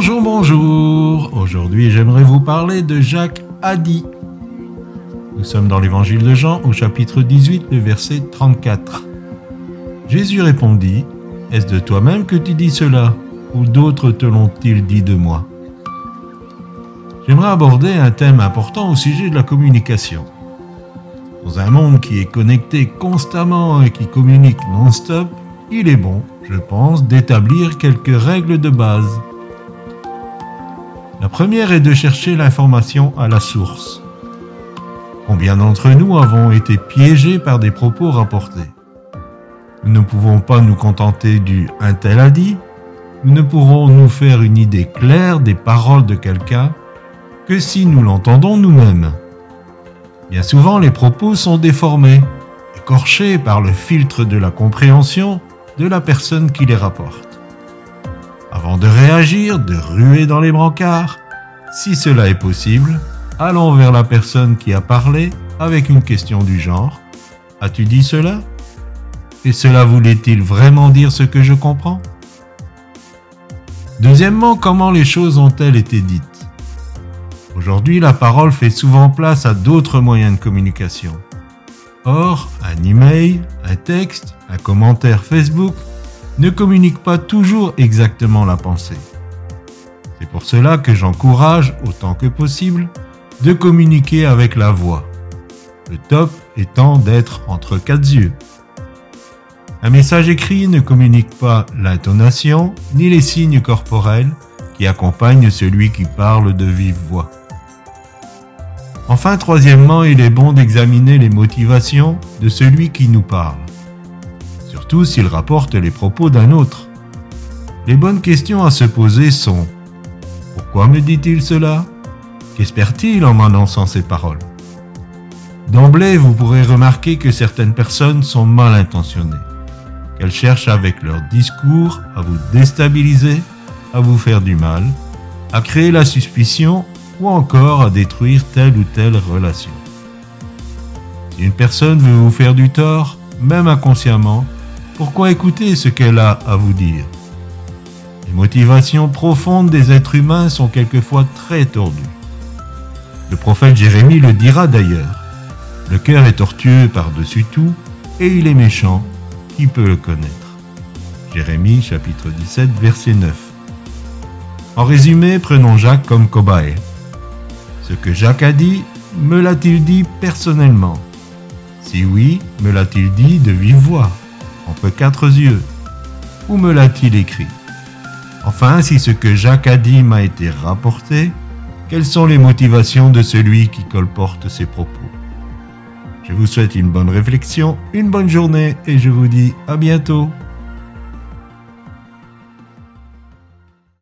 Bonjour, bonjour. Aujourd'hui, j'aimerais vous parler de Jacques Hadi. Nous sommes dans l'évangile de Jean au chapitre 18, le verset 34. Jésus répondit, « Est-ce de toi-même que tu dis cela, ou d'autres te l'ont-ils dit de moi ?» J'aimerais aborder un thème important au sujet de la communication. Dans un monde qui est connecté constamment et qui communique non-stop, il est bon, je pense, d'établir quelques règles de base. La première est de chercher l'information à la source. Combien d'entre nous avons été piégés par des propos rapportés ? Nous ne pouvons pas nous contenter du « un tel a dit », nous ne pourrons nous faire une idée claire des paroles de quelqu'un que si nous l'entendons nous-mêmes. Bien souvent, les propos sont déformés, écorchés par le filtre de la compréhension de la personne qui les rapporte. Avant de réagir, de ruer dans les brancards, si cela est possible, allons vers la personne qui a parlé avec une question du genre « As-tu dit cela ? Et cela voulait-il vraiment dire ce que je comprends ?» Deuxièmement, comment les choses ont-elles été dites ? Aujourd'hui, la parole fait souvent place à d'autres moyens de communication. Or, un email, un texte, un commentaire Facebook ne communiquent pas toujours exactement la pensée. C'est pour cela que j'encourage, autant que possible, de communiquer avec la voix. Le top étant d'être entre quatre yeux. Un message écrit ne communique pas l'intonation ni les signes corporels qui accompagnent celui qui parle de vive voix. Enfin, troisièmement, il est bon d'examiner les motivations de celui qui nous parle. Surtout s'il rapporte les propos d'un autre. Les bonnes questions à se poser sont « Pourquoi me dit-il cela ? Qu'espère-t-il en m'annonçant ces paroles ?» D'emblée, vous pourrez remarquer que certaines personnes sont mal intentionnées, qu'elles cherchent avec leur discours à vous déstabiliser, à vous faire du mal, à créer la suspicion ou encore à détruire telle ou telle relation. Si une personne veut vous faire du tort, même inconsciemment, pourquoi écouter ce qu'elle a à vous dire ? Les motivations profondes des êtres humains sont quelquefois très tordues. Le prophète Jérémie le dira d'ailleurs. Le cœur est tortueux par-dessus tout, et il est méchant, qui peut le connaître ? Jérémie chapitre 17, verset 9. En résumé, prenons Jacques comme cobaye. Ce que Jacques a dit, me l'a-t-il dit personnellement ? Si oui, me l'a-t-il dit de vive voix, entre quatre yeux, ou me l'a-t-il écrit ? Enfin, si ce que Jacques a dit m'a été rapporté, quelles sont les motivations de celui qui colporte ses propos ? Je vous souhaite une bonne réflexion, une bonne journée et je vous dis à bientôt.